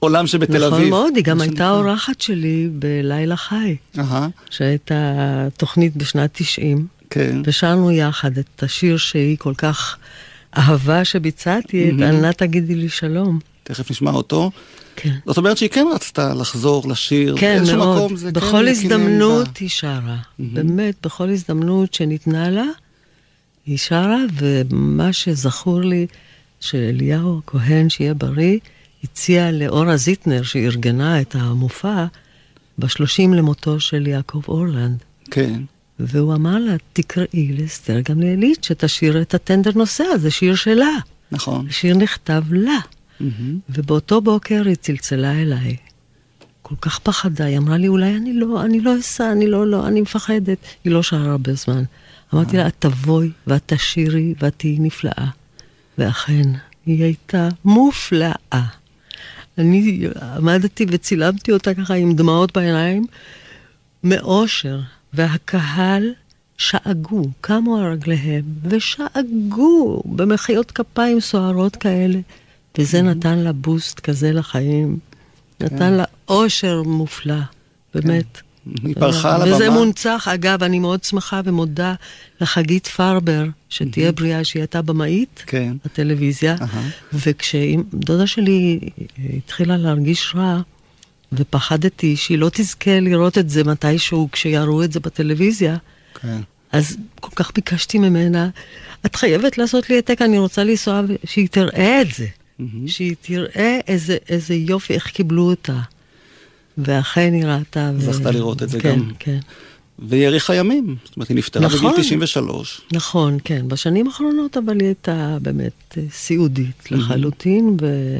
עולם שבתל אביב. נכון מאוד, היא גם הייתה אורחת שלי בלילה חי, שהייתה תוכנית בשנת 90, ושרנו יחד את השיר שהיא כל כך אהבה שביצעתי, את אל נא תגידי לי שלום. תכף נשמע אותו. כן. זאת אומרת שהיא כן רצתה לחזור לשיר. כן, מאוד. בכל הזדמנות היא שרה. באמת, בכל הזדמנות שניתנה לה, היא שרה, ומה שזכור לי, שאליהו הכהן, שיהיה בריא, הציע לאורה זיטנר, שארגנה את המופע, ב-30 למותו של יעקב אורלנד. כן. והוא אמר לה, תקראי לאסתר גמליאלית, שתשיר את הטנדר נוסע, זה שיר שלה. נכון. השיר נכתב לה. ובאותו בוקר היא צלצלה אליי. כל כך פחדה, היא אמרה לי, אולי אני לא אסע, אני מפחדת. היא לא שרה הרבה זמן. אמרתי לה, את תבואי, ואת תשירי, ואת תהיי נפלאה. ואכן, היא הייתה מופלאה. אני עמדתי וצילמתי אותה ככה עם דמעות בעיניים, מאושר, והקהל שאגו, קמו על רגליהם, ושאגו במחיאות כפיים סוערות כאלה, וזה נתן לה בוסט כזה לחיים, נתן לה אושר מופלא, באמת. היא פרחה על הבמה. וזה מונצח, אגב, אני מאוד שמחה ומודה לחגית פרבר, שתהיה בריאה, שהיא הייתה במאית בטלוויזיה, וכשדודה שלי התחילה להרגיש רע, ופחדתי שהיא לא תזכה לראות את זה מתישהו כשיראו את זה בטלוויזיה, אז כל כך ביקשתי ממנה, את חייבת לעשות לי העתק, אני רוצה לנסוע, שהיא תראה את זה, שהיא תראה איזה יופי, איך קיבלו אותה. ואכן היא ראתה. זכתה לראות את זה גם. כן. והיא האריכה ימים. זאת אומרת, היא נפטרה בגיל 93. נכון, כן. בשנים האחרונות, אבל היא הייתה באמת סיעודית לחלוטין,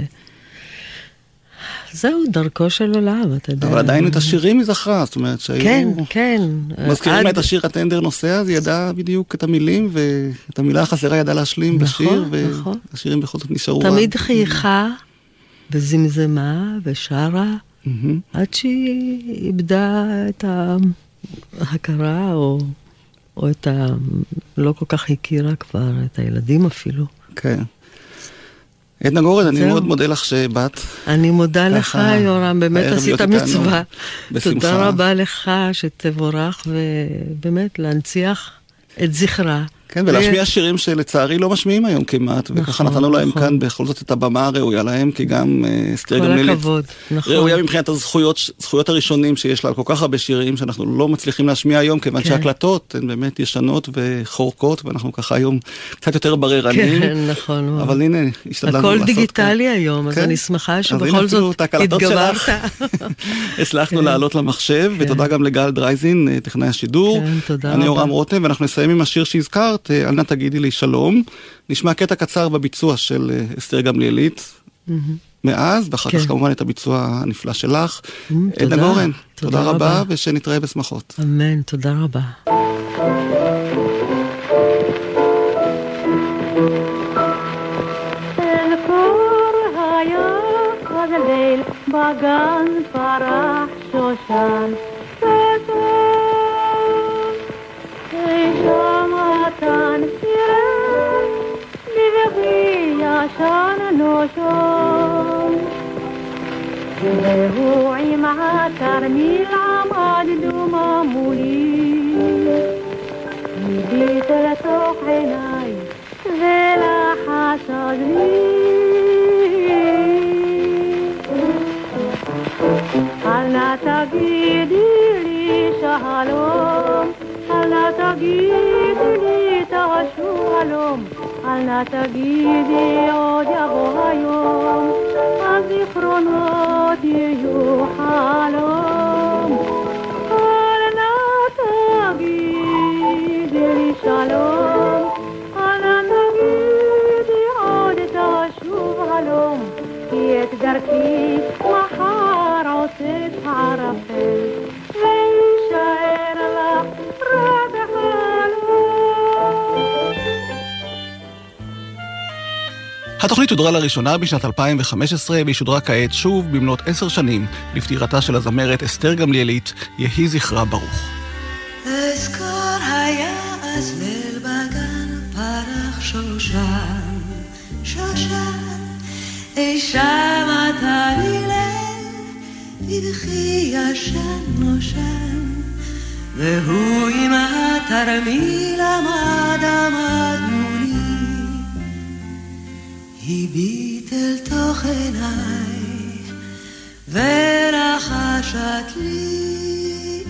זהו, דרכו של עולם, אתה יודע. אבל עדיין את השירים היא זכרה, זאת אומרת שהיו... כן, כן. מזכירים לה את השיר הטנדר נוסע, אז היא ידעה בדיוק את המילים, ואת המילה החסרה ידעה להשלים בשיר, והשירים בכל זאת נשארו... תמיד חייכה, וזמזמה, ושרה, עד שהיא איבדה את ההכרה, או את לא כל כך הכירה כבר, את הילדים אפילו. כן. עדנה גורן, אני מאוד מודה לך שבאת. אני מודה לך, יורם, באמת עשית מצווה. תודה רבה לך שתבורך, ובאמת להנציח את זכרה. כן, ולהשמיע שירים שלצערי לא משמיעים היום כמעט, וככה נתנו להם כאן בכל זאת את הבמה הראויה להם, כי גם אסתר גמליאלית ראויה מבחינת הזכויות הראשונים שיש לה על כל כך הרבה שירים, שאנחנו לא מצליחים להשמיע היום, כיוון שההקלטות הן באמת ישנות וחורקות, ואנחנו ככה היום קצת יותר בררנים. כן, נכון. אבל הנה, השתדלנו לעשות הכל דיגיטלי היום, אז אני שמחה שבכל זאת התגברת. הצלחנו לעלות למחשב, ותודה גם לגל דרייזין, טכנאי השידור. אני יורם רותם, ואנחנו נסיים עם השיר שהזכרת, אל נא תגידי לי שלום. נשמע קטע קצר בביצוע של אסתר גמליאלית מאז, ואחר כך כמובן את הביצוע הנפלא שלך. עדנה גורן, תודה רבה, ושנתראה בשמחות. אמן, תודה רבה. אל קור היה כזה ליל בגן פרח שושן שמעתן סירן לבכי ישן נושן והוא עם התרמיל עמד דומה מולי הביט לתוך עיניי ולחש לי אל נא תגידי לי שלום אל נא תגידי לי תשוב שלום, אל נא תגידי עוד יבוא היום, הזיכרונות יהיו חלום. אל נא תגידי לי שלום, אל נא תגידי עוד תשוב שלום, כי את דרכי מחר עושה ערפל, וישאר לך התוכנית שודרה לראשונה בשנת 2015 והיא שודרה כעת שוב במלאת 10 שנים לפטירתה של הזמרת אסתר גמליאלית, יהי זכרה ברוך. אזכור היה אז ליל בגן פרח שושן, שושן, אי שם אתה לי בבכי ישן נושן, והוא עם התרמיל עמד מולי, הביט אל תוך עיניי ולחשת לי,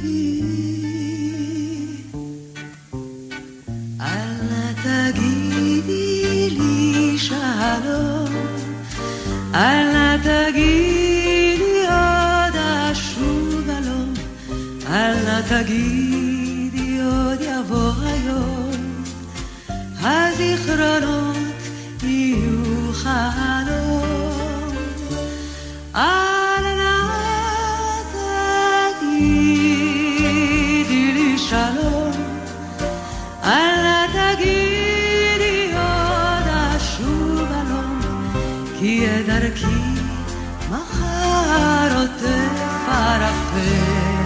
אל נא תגידי לי שלום, אל נא תגידי עוד אשוב אלום, אל נא תגידי עוד יבוא היום, הזיכרונות יהיו חלום, אל נא תגידי לי שלום, אל נא תגידי עוד אשוב אלום, כי את דרכי מחר עוטף ערפל,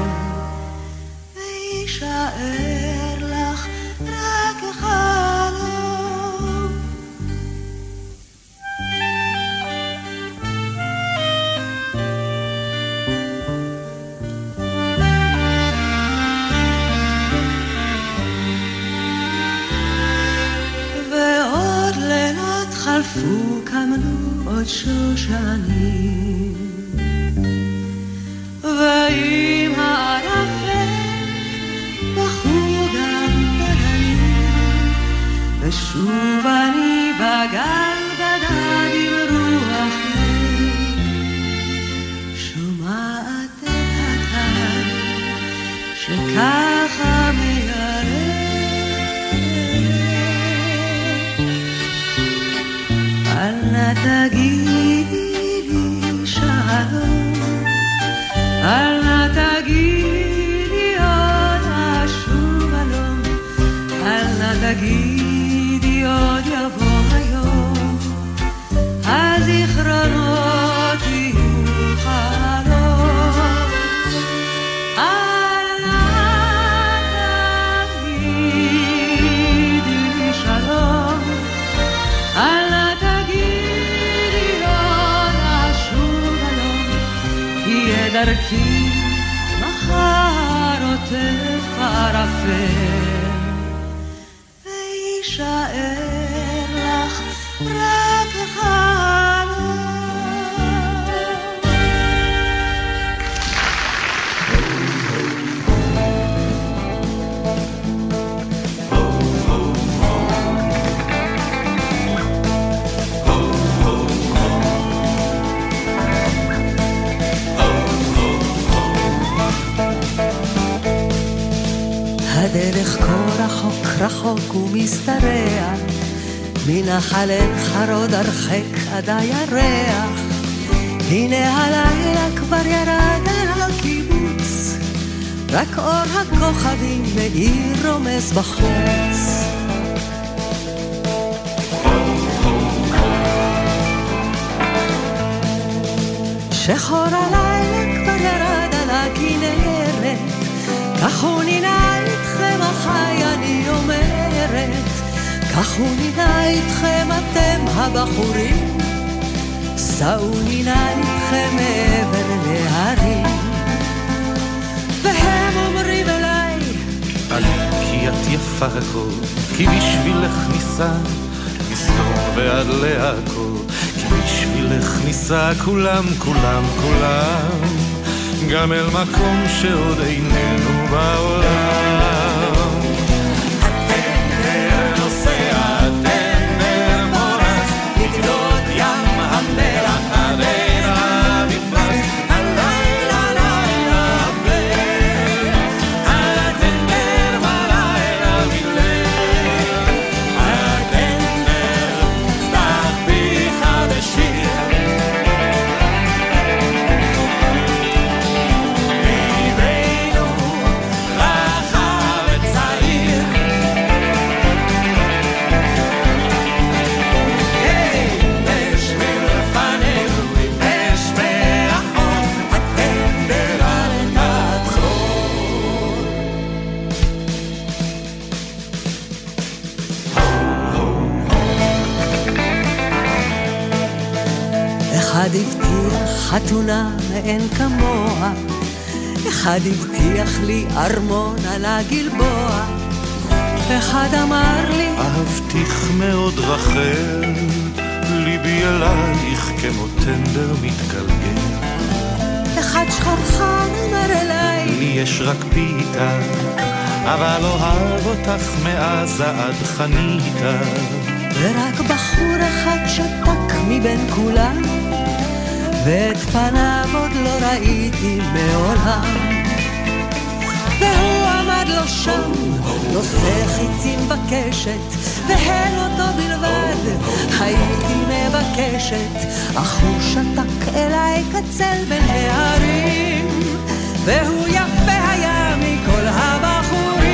וישאר לך רק חלום. ועוד לילות חלפו, קמנו עוד שושנים, ועם הערפל בחו גם גדלים, ושוב אני בגל גדל עם רוח לב, שומעת את הטל שככה מיילל, אל נא תגידי לי שלום, אל נא תגידי עוד אשוב אלום, אל נא תגידי עוד יבוא היום, הזיכרונות יהיו חלום, אל נא תגידי לי שלום, אל נא תגידי עוד אשוב אלום, כי את דרכי מחר עוטף ערפל, וישאר לך רק חלום. הדרך כה רחוק רחוק ומסתרע, מנחל אין חרוד הרחק עד הירח, הנה הלילה כבר ירד על הקיבוץ, רק אור הכוכבים מאיר רומז בחוץ. שחור הלילה כבר ירד על הכנרת, כך הוא נינה איתכם אחי אני אומרת, כך הוא נינה איתכם אתם הבחורים, סעו נינה איתכם מעבר להרים, והם אומרים אליי, עלי כי את יפה הכל, כי בשבילך ניסה מסדום ועד לעכו, כי בשבילך ניסה כולם כולם כולם, גם אל מקום שעוד איננו בעולם. הטנדר נוסע, הטנדר מורס, לגדות ים המלח עד עין המפרץ, הלילה לילה אפל, הטנדר בלילה מילך, הטנדר פתח פיך בשיר, ליבנו רך אחד הבטיח חתונה מאין כמוה, אחד הבטיח לי ארמון על הגלבוע, אחד אמר לי אהבתיך מאוד רחל, ליבי אלייך כמו טנדר מתגלגל. אחד שחרחר אמר אליי לי יש רק פיתה, אבל אוהב אותך מאז עד חניתה. ורק בחור אחד שתק מבין כולם, ואת פניו עוד לא ראיתי מעולם. והוא עמד לו שם, נושא חיצים בקשת, והן אותו בלבד הייתי מבקשת. אך הוא שתק אליי קצל בין הערים, והוא יפה היה מכל הבחורים.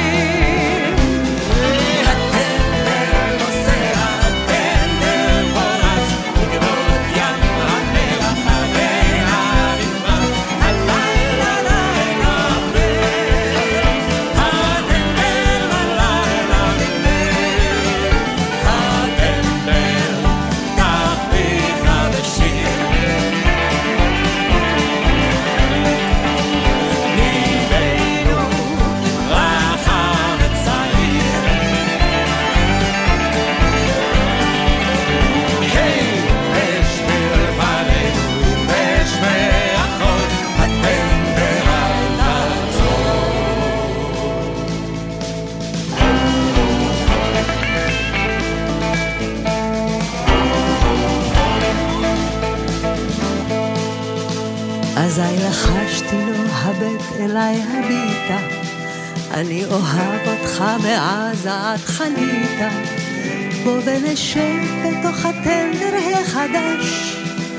אזי לחשתי לו הבט אליי הביטה, אני אוהב אותך מאז עד חניתה. בוא ונשב בתוך הטנדר החדש,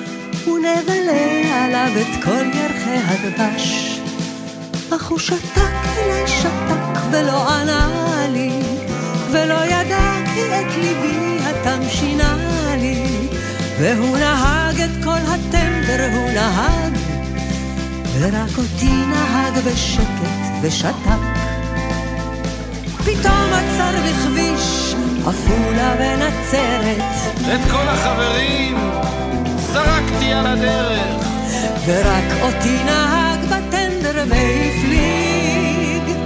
ונבלה עליו את כל ירחי הדבש. אך הוא שתק אליי שתק ולא ענה לי, ולא ידע כי את ליבי התם שינה לי. והוא נהג את כל הטנדר, הוא נהג, ורק אותי נהג בשקט ושתק. פתאום עצר בכביש עפולה ונצרת, את כל החברים זרקתי על הדרך, ורק אותי נהג בטנדר והפליג.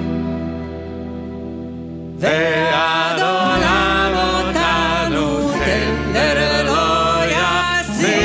ועד עולם אותנו טנדר לא ישיג.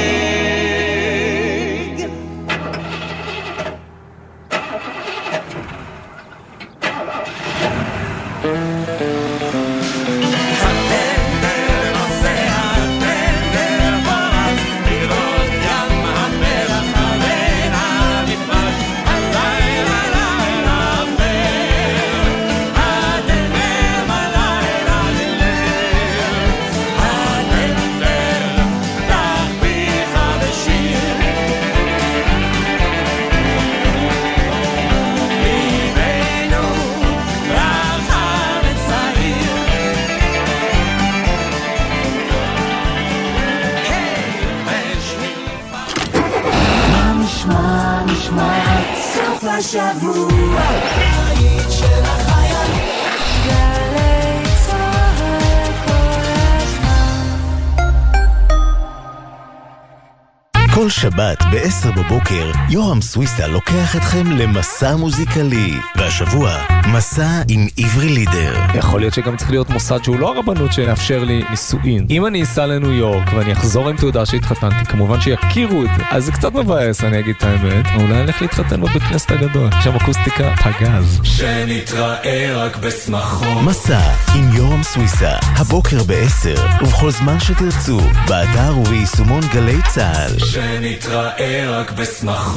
השבוע היית של החייל גלי צהל כל הזמן. כל שבת ב-10 בבוקר יורם סוויסה לוקח אתכם למסע מוזיקלי, והשבוע מסע עם עברי לידר. יכול להיות שגם צריך להיות מוסד שהוא לא הרבנות שיאפשר לי נישואין. אם אני אסע לניו יורק ואני אחזור עם תעודה שהתחתנתי, כמובן שיכירו את זה, אז זה קצת מבאס, אני אגיד את האמת. אולי אני אלך להתחתן בבית כנסת הגדול, שם אקוסטיקה פגז. שנתראה רק בשמחות. מסע עם יורם סוויסה, הבוקר ב-10 ובכל זמן שתרצו, באתר וביישומון גלי צהל. שנתראה רק בשמחות.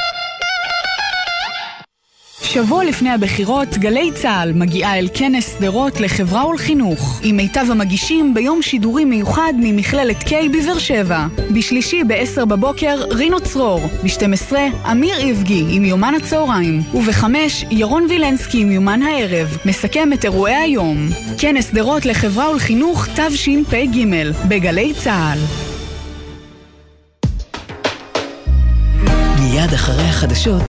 שבוע לפני הבחירות, גלי צהל מגיעה אל כנס סדרות לחברה ולחינוך, עם מיטב המגישים ביום שידורי מיוחד ממכללת קיי בבאר שבע. בשלישי ב-10 בבוקר, רינו צרור. ב-12, אמיר איבגי עם יומן הצהריים. וב-5, ירון וילנסקי עם יומן הערב. מסכם את אירועי היום. כנס סדרות לחברה ולחינוך תשפ"ג בגלי צהל. מיד אחרי החדשות